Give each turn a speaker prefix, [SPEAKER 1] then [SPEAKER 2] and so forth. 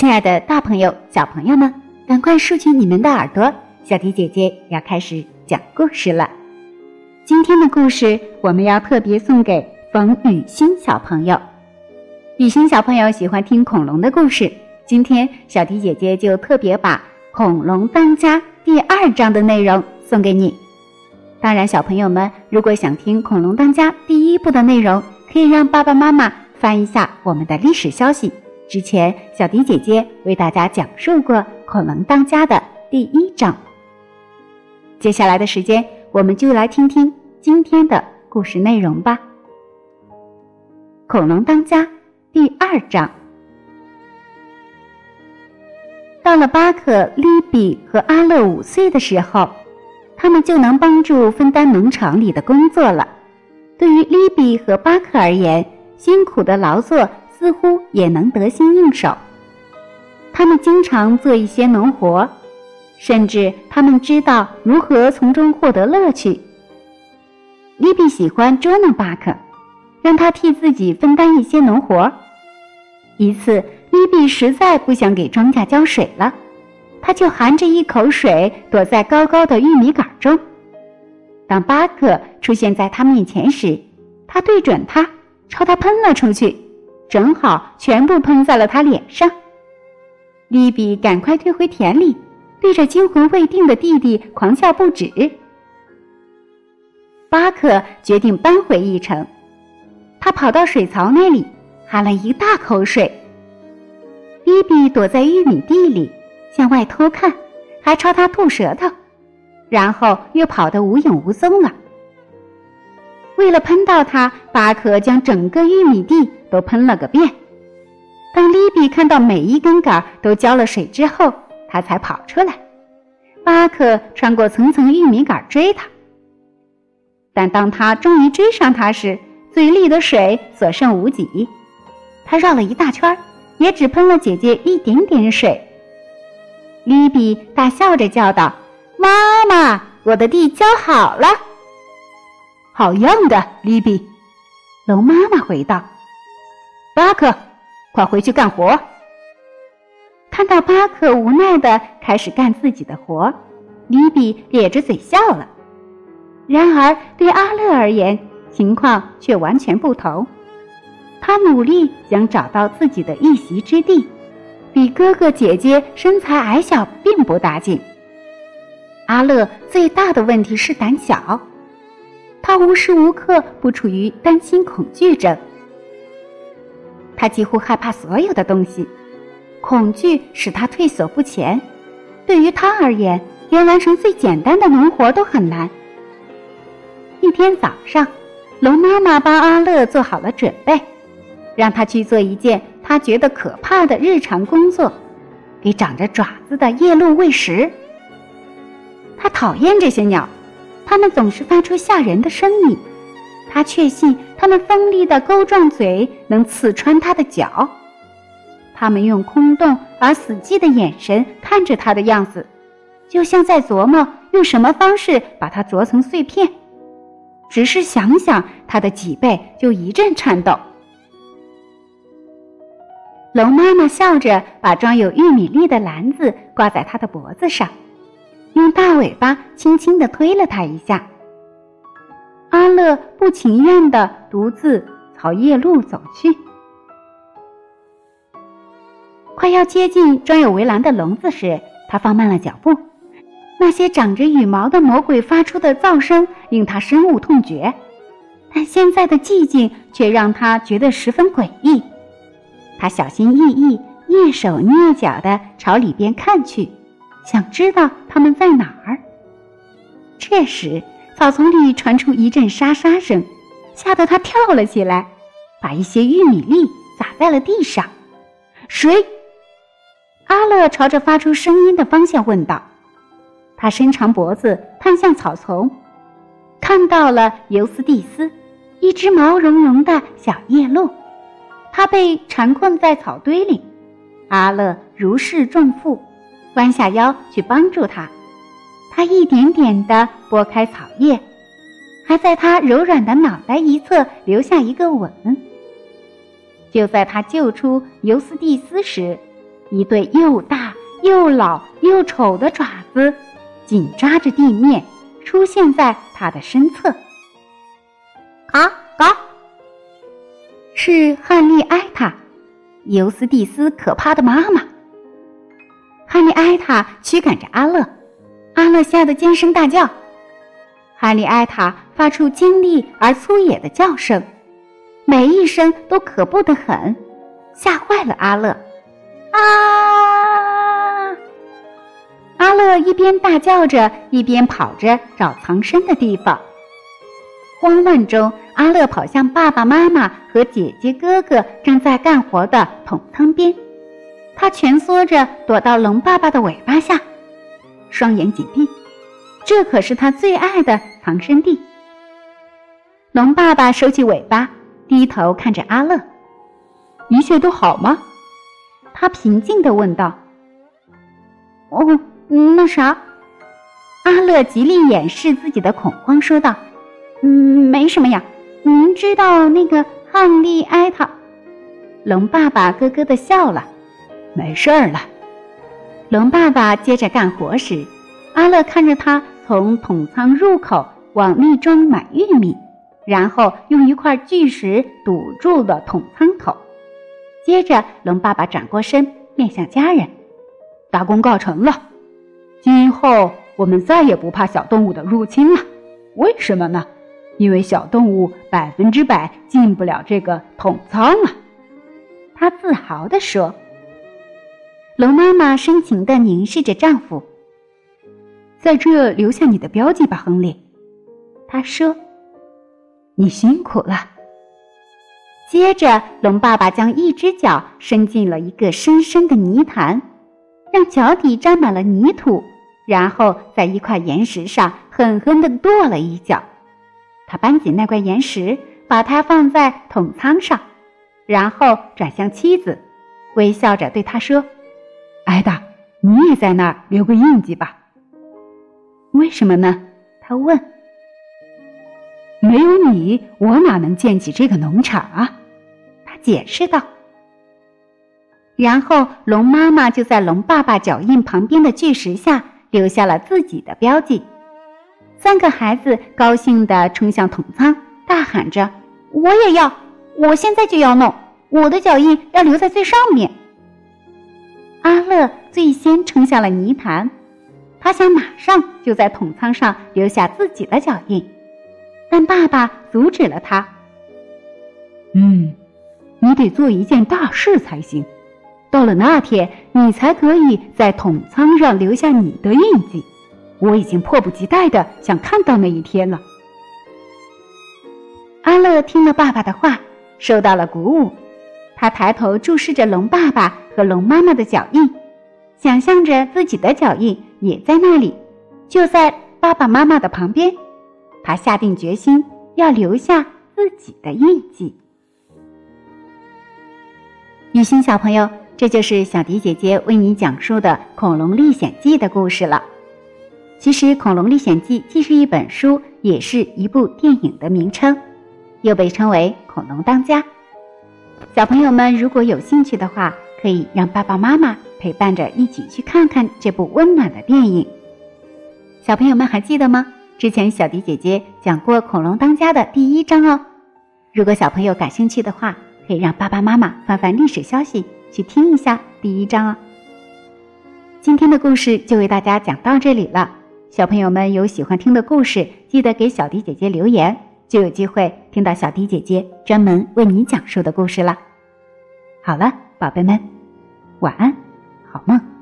[SPEAKER 1] 亲爱的大朋友小朋友们，赶快竖起你们的耳朵，小迪姐姐要开始讲故事了。今天的故事我们要特别送给冯雨欣小朋友。雨欣小朋友喜欢听恐龙的故事，今天小迪姐姐就特别把恐龙当家第2章的内容送给你。当然小朋友们如果想听恐龙当家第1部的内容，可以让爸爸妈妈翻一下我们的历史消息，之前小迪姐姐为大家讲述过恐龙当家的第1章。接下来的时间我们就来听听今天的故事内容吧。恐龙当家第2章。到了巴克、利比和阿勒5岁的时候，他们就能帮助分担农场里的工作了。对于利比和巴克而言，辛苦的劳作似乎也能得心应手。他们经常做一些农活，甚至他们知道如何从中获得乐趣。利比喜欢捉弄巴克，让他替自己分担一些农活。一次，利比实在不想给庄稼浇水了，他就含着一口水躲在高高的玉米杆中。当巴克出现在他面前时，他对准他，朝他喷了出去，正好全部喷在了他脸上。利比赶快退回田里，对着惊魂未定的弟弟狂笑不止。巴克决定扳回一城，他跑到水槽那里，含了一大口水。利比躲在玉米地里，向外偷看，还朝他吐舌头，然后又跑得无影无踪了。为了喷到他，巴克将整个玉米地都喷了个遍。当利比看到每一根杆都浇了水之后，他才跑出来。巴克穿过层层玉米杆追他，但当他终于追上他时，嘴里的水所剩无几。他绕了一大圈，也只喷了姐姐一点点水。利比大笑着叫道：“妈妈，我的地浇好了。”“好样的，利比！”龙妈妈回道。“巴克，快回去干活。”看到巴克无奈地开始干自己的活，利比咧着嘴笑了。然而对阿勒而言，情况却完全不同。他努力想找到自己的一席之地，比哥哥姐姐身材矮小并不打紧。阿勒最大的问题是胆小，他无时无刻不处于担心恐惧症。他几乎害怕所有的东西，恐惧使他退缩不前。对于他而言，连完成最简单的农活都很难。一天早上，龙妈妈帮阿勒做好了准备，让他去做一件他觉得可怕的日常工作，给长着爪子的夜鹭喂食。他讨厌这些鸟，它们总是发出吓人的声音。他确信它们锋利的钩状嘴能刺穿他的脚。它们用空洞而死寂的眼神看着他的样子，就像在琢磨用什么方式把它啄成碎片。只是想想，他的脊背就一阵颤抖。龙妈妈笑着把装有玉米粒的篮子挂在他的脖子上，用大尾巴轻轻地推了他一下。阿勒不情愿地独自朝夜鹭走去。快要接近装有围栏的笼子时，他放慢了脚步。那些长着羽毛的魔鬼发出的噪声令他深恶痛绝，但现在的寂静却让他觉得十分诡异。他小心翼翼、蹑手蹑脚地朝里边看去，想知道他们在哪儿。这时，草丛里传出一阵沙沙声，吓得他跳了起来，把一些玉米粒撒在了地上。“谁？”阿勒朝着发出声音的方向问道。他伸长脖子探向草丛，看到了尤斯蒂斯，一只毛茸茸的小夜鹭。他被缠困在草堆里，阿勒如释重负，弯下腰去帮助他。他一点点地拨开草叶，还在他柔软的脑袋一侧留下一个吻。就在他救出尤斯蒂斯时， 一对又大又老又丑的爪子紧抓着地面，出现在他的身侧。嘎嘎！是汉利埃塔，尤斯蒂斯可怕的妈妈。汉利埃塔驱赶着阿乐，阿乐吓得尖声大叫。汉利埃塔发出尖利而粗野的叫声，每一声都可怖得很，吓坏了阿乐。啊！阿乐一边大叫着，一边跑着找藏身的地方。慌乱中，阿乐跑向爸爸妈妈和姐姐哥哥正在干活的桶仓边，他蜷缩着躲到龙爸爸的尾巴下，双眼紧闭，这可是他最爱的藏身地。龙爸爸收起尾巴，低头看着阿乐。一切都好吗？他平静地问道。哦，那啥。阿乐极力掩饰自己的恐慌，说道。没什么呀，您知道那个汉利埃塔？龙爸爸咯咯地笑了。没事儿了。龙爸爸接着干活时，阿乐看着他从桶仓入口往内装满玉米，然后用一块巨石堵住了桶仓口。接着龙爸爸转过身面向家人。大功告成了，今后我们再也不怕小动物的入侵了。为什么呢？因为小动物100%进不了这个桶仓啊，他自豪地说。龙妈妈深情地凝视着丈夫。在这留下你的标记吧，亨利，她说。你辛苦了。接着龙爸爸将一只脚伸进了一个深深的泥潭，让脚底沾满了泥土，然后在一块岩石上狠狠地跺了一脚。他搬起那块岩石，把它放在桶仓上，然后转向妻子，微笑着对她说。艾达，你也在那儿留个印记吧。为什么呢？他问。没有你，我哪能建起这个农场啊？他解释道。然后龙妈妈就在龙爸爸脚印旁边的巨石下留下了自己的标记。3个孩子高兴地冲向桶仓，大喊着：我也要，我现在就要弄，我的脚印要留在最上面。阿乐最先冲向了泥潭，他想马上就在桶仓上留下自己的脚印，但爸爸阻止了他。你得做一件大事才行，到了那天，你才可以在桶仓上留下你的印记。我已经迫不及待地想看到那一天了。阿乐听了爸爸的话，受到了鼓舞。他抬头注视着龙爸爸和龙妈妈的脚印，想象着自己的脚印也在那里，就在爸爸妈妈的旁边。他下定决心要留下自己的印记。雨欣小朋友，这就是小迪姐姐为你讲述的《恐龙历险记》的故事了。其实《恐龙历险记》既是一本书，也是一部电影的名称，又被称为《恐龙当家》。小朋友们如果有兴趣的话，可以让爸爸妈妈陪伴着一起去看看这部温暖的电影。小朋友们还记得吗？之前小迪姐姐讲过《恐龙当家》的第1章哦。如果小朋友感兴趣的话，可以让爸爸妈妈翻翻历史消息，去听一下第1章哦。今天的故事就为大家讲到这里了。小朋友们有喜欢听的故事，记得给小迪姐姐留言，就有机会听到小迪姐姐专门为你讲述的故事了。好了，宝贝们，晚安，好梦。